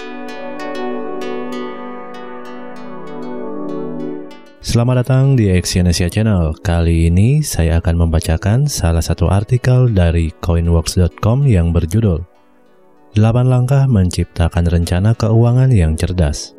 Selamat datang di Exyonesia Channel. Kali ini saya akan membacakan salah satu artikel dari coinworks.com yang berjudul 8 langkah menciptakan rencana keuangan yang cerdas.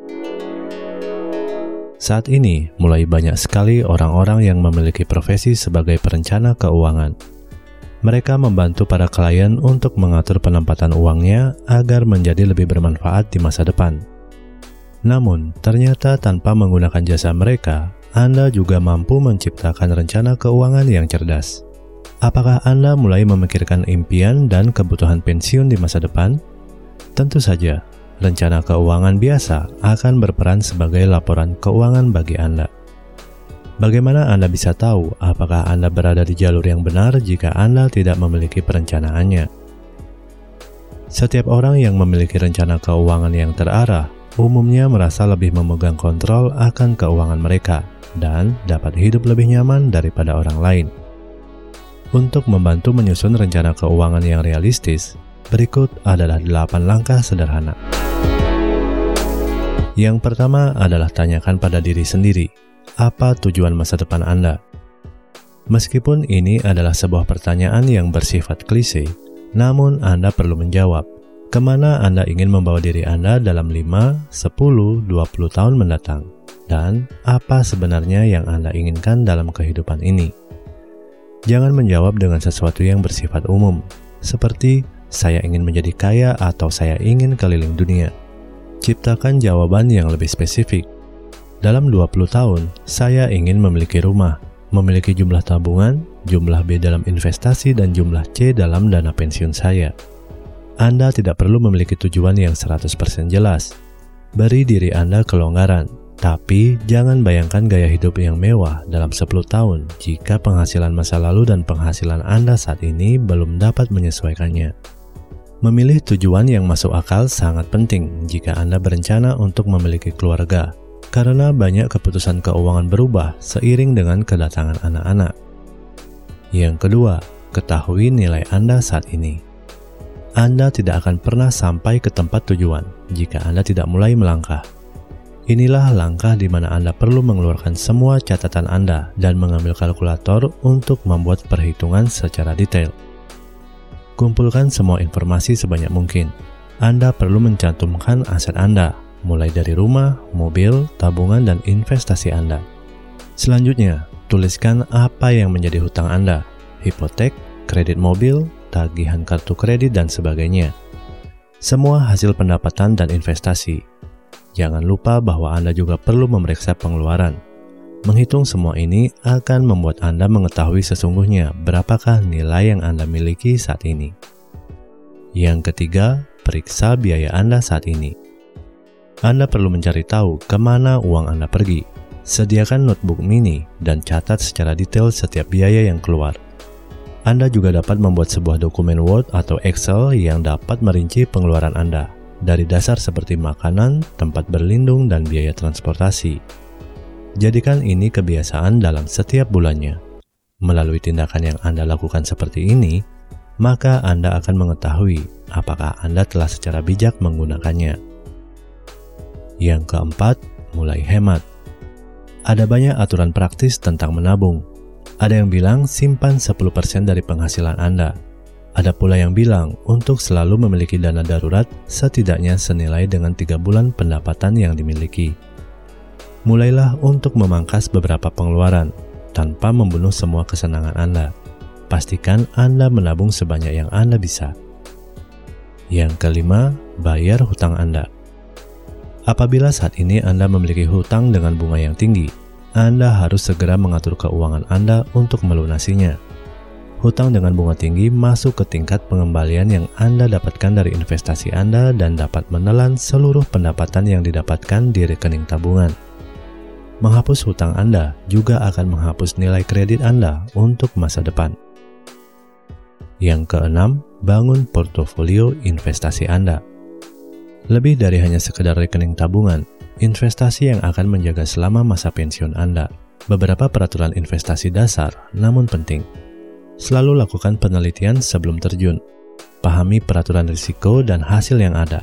Saat ini, mulai banyak sekali orang-orang yang memiliki profesi sebagai perencana keuangan. Mereka membantu para klien untuk mengatur penempatan uangnya agar menjadi lebih bermanfaat di masa depan. Namun, ternyata tanpa menggunakan jasa mereka, Anda juga mampu menciptakan rencana keuangan yang cerdas. Apakah Anda mulai memikirkan impian dan kebutuhan pensiun di masa depan? Tentu saja. Rencana keuangan biasa akan berperan sebagai laporan keuangan bagi Anda. Bagaimana Anda bisa tahu apakah Anda berada di jalur yang benar jika Anda tidak memiliki perencanaannya? Setiap orang yang memiliki rencana keuangan yang terarah umumnya merasa lebih memegang kontrol akan keuangan mereka dan dapat hidup lebih nyaman daripada orang lain. Untuk membantu menyusun rencana keuangan yang realistis, berikut adalah 8 langkah sederhana. Yang pertama adalah tanyakan pada diri sendiri, apa tujuan masa depan Anda? Meskipun ini adalah sebuah pertanyaan yang bersifat klise, namun Anda perlu menjawab, kemana Anda ingin membawa diri Anda dalam 5, 10, 20 tahun mendatang? Dan apa sebenarnya yang Anda inginkan dalam kehidupan ini? Jangan menjawab dengan sesuatu yang bersifat umum, seperti saya ingin menjadi kaya atau saya ingin keliling dunia. Ciptakan jawaban yang lebih spesifik. Dalam 20 tahun, saya ingin memiliki rumah, memiliki jumlah tabungan, jumlah B dalam investasi, dan jumlah C dalam dana pensiun saya. Anda tidak perlu memiliki tujuan yang 100% jelas. Beri diri Anda kelonggaran, tapi jangan bayangkan gaya hidup yang mewah dalam 10 tahun jika penghasilan masa lalu dan penghasilan Anda saat ini belum dapat menyesuaikannya. Memilih tujuan yang masuk akal sangat penting jika Anda berencana untuk memiliki keluarga, karena banyak keputusan keuangan berubah seiring dengan kedatangan anak-anak. Yang kedua, ketahui nilai Anda saat ini. Anda tidak akan pernah sampai ke tempat tujuan jika Anda tidak mulai melangkah. Inilah langkah di mana Anda perlu mengeluarkan semua catatan Anda dan mengambil kalkulator untuk membuat perhitungan secara detail. Kumpulkan semua informasi sebanyak mungkin. Anda perlu mencantumkan aset Anda, mulai dari rumah, mobil, tabungan, dan investasi Anda. Selanjutnya, tuliskan apa yang menjadi hutang Anda, hipotek, kredit mobil, tagihan kartu kredit, dan sebagainya. Semua hasil pendapatan dan investasi. Jangan lupa bahwa Anda juga perlu memeriksa pengeluaran. Menghitung semua ini akan membuat Anda mengetahui sesungguhnya berapakah nilai yang Anda miliki saat ini. Yang ketiga, periksa biaya Anda saat ini. Anda perlu mencari tahu kemana uang Anda pergi. Sediakan notebook mini dan catat secara detail setiap biaya yang keluar. Anda juga dapat membuat sebuah dokumen Word atau Excel yang dapat merinci pengeluaran Anda, dari dasar seperti makanan, tempat berlindung, dan biaya transportasi. Jadikan ini kebiasaan dalam setiap bulannya. Melalui tindakan yang Anda lakukan seperti ini, maka Anda akan mengetahui apakah Anda telah secara bijak menggunakannya. Yang keempat, mulai hemat. Ada banyak aturan praktis tentang menabung. Ada yang bilang simpan 10% dari penghasilan Anda. Ada pula yang bilang untuk selalu memiliki dana darurat setidaknya senilai dengan 3 bulan pendapatan yang dimiliki. Mulailah untuk memangkas beberapa pengeluaran, tanpa membunuh semua kesenangan Anda. Pastikan Anda menabung sebanyak yang Anda bisa. Yang kelima, bayar hutang Anda. Apabila saat ini Anda memiliki hutang dengan bunga yang tinggi, Anda harus segera mengatur keuangan Anda untuk melunasinya. Hutang dengan bunga tinggi masuk ke tingkat pengembalian yang Anda dapatkan dari investasi Anda dan dapat menelan seluruh pendapatan yang didapatkan di rekening tabungan. Menghapus hutang Anda juga akan menghapus nilai kredit Anda untuk masa depan. Yang keenam, bangun portofolio investasi Anda. Lebih dari hanya sekedar rekening tabungan, investasi yang akan menjaga selama masa pensiun Anda. Beberapa peraturan investasi dasar, namun penting. Selalu lakukan penelitian sebelum terjun. Pahami peraturan risiko dan hasil yang ada.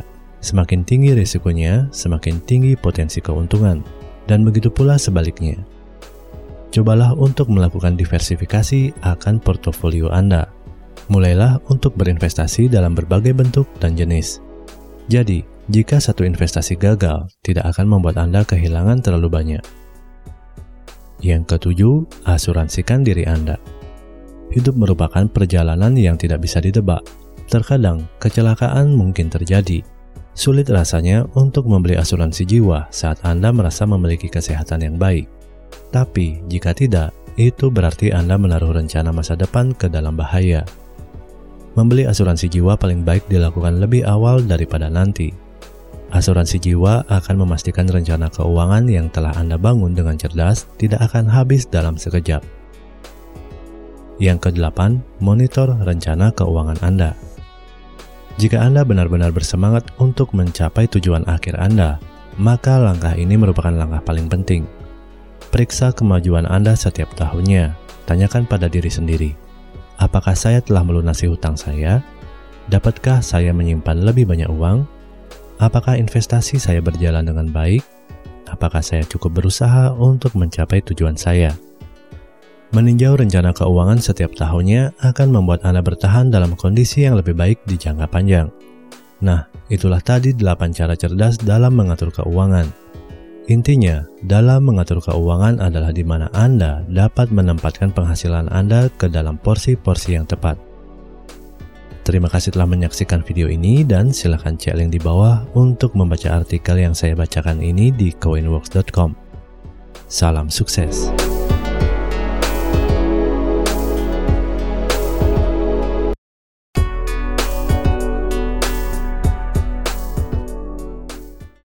Semakin tinggi risikonya, semakin tinggi potensi keuntungan, dan begitu pula sebaliknya. Cobalah untuk melakukan diversifikasi akan portofolio Anda. Mulailah untuk berinvestasi dalam berbagai bentuk dan jenis. Jadi, jika satu investasi gagal, tidak akan membuat Anda kehilangan terlalu banyak. Yang ketujuh, asuransikan diri Anda. Hidup merupakan perjalanan yang tidak bisa ditebak. Terkadang, kecelakaan mungkin terjadi. Sulit rasanya untuk membeli asuransi jiwa saat Anda merasa memiliki kesehatan yang baik. Tapi, jika tidak, itu berarti Anda menaruh rencana masa depan ke dalam bahaya. Membeli asuransi jiwa paling baik dilakukan lebih awal daripada nanti. Asuransi jiwa akan memastikan rencana keuangan yang telah Anda bangun dengan cerdas tidak akan habis dalam sekejap. Yang kedelapan, monitor rencana keuangan Anda. Jika Anda benar-benar bersemangat untuk mencapai tujuan akhir Anda, maka langkah ini merupakan langkah paling penting. Periksa kemajuan Anda setiap tahunnya. Tanyakan pada diri sendiri, apakah saya telah melunasi hutang saya? Dapatkah saya menyimpan lebih banyak uang? Apakah investasi saya berjalan dengan baik? Apakah saya cukup berusaha untuk mencapai tujuan saya? Meninjau rencana keuangan setiap tahunnya akan membuat Anda bertahan dalam kondisi yang lebih baik di jangka panjang. Nah, itulah tadi 8 cara cerdas dalam mengatur keuangan. Intinya, dalam mengatur keuangan adalah di mana Anda dapat menempatkan penghasilan Anda ke dalam porsi-porsi yang tepat. Terima kasih telah menyaksikan video ini dan silakan cek link di bawah untuk membaca artikel yang saya bacakan ini di coinworks.com. Salam sukses!